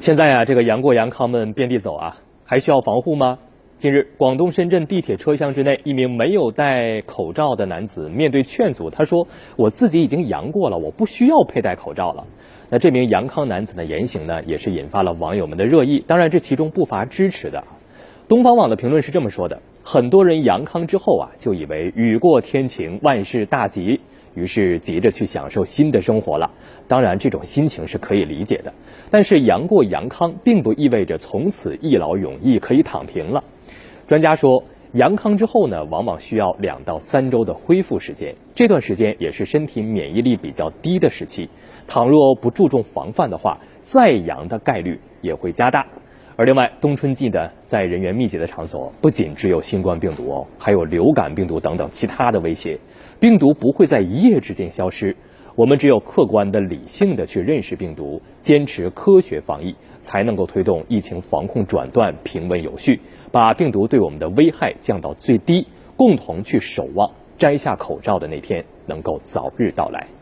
现在啊，这个杨过、杨康们遍地走啊，还需要防护吗？近日，广东深圳地铁车厢之内，一名没有戴口罩的男子面对劝阻，他说：“我自己已经阳过了，我不需要佩戴口罩了。”那这名杨康男子的言行呢，也是引发了网友们的热议。当然，这其中不乏支持的。东方网的评论是这么说的：很多人阳康之后啊，就以为雨过天晴，万事大吉，于是急着去享受新的生活了。当然，这种心情是可以理解的。但是阳过阳康，并不意味着从此一劳永逸，可以躺平了。专家说，阳康之后呢，往往需要2到3周的恢复时间，这段时间也是身体免疫力比较低的时期。倘若不注重防范的话，再阳的概率也会加大。而另外，冬春季呢，在人员密集的场所，不仅只有新冠病毒哦，还有流感病毒等等其他的威胁。病毒不会在一夜之间消失，我们只有客观的、理性的去认识病毒，坚持科学防疫，才能够推动疫情防控转段平稳有序，把病毒对我们的危害降到最低，共同去守望摘下口罩的那天能够早日到来。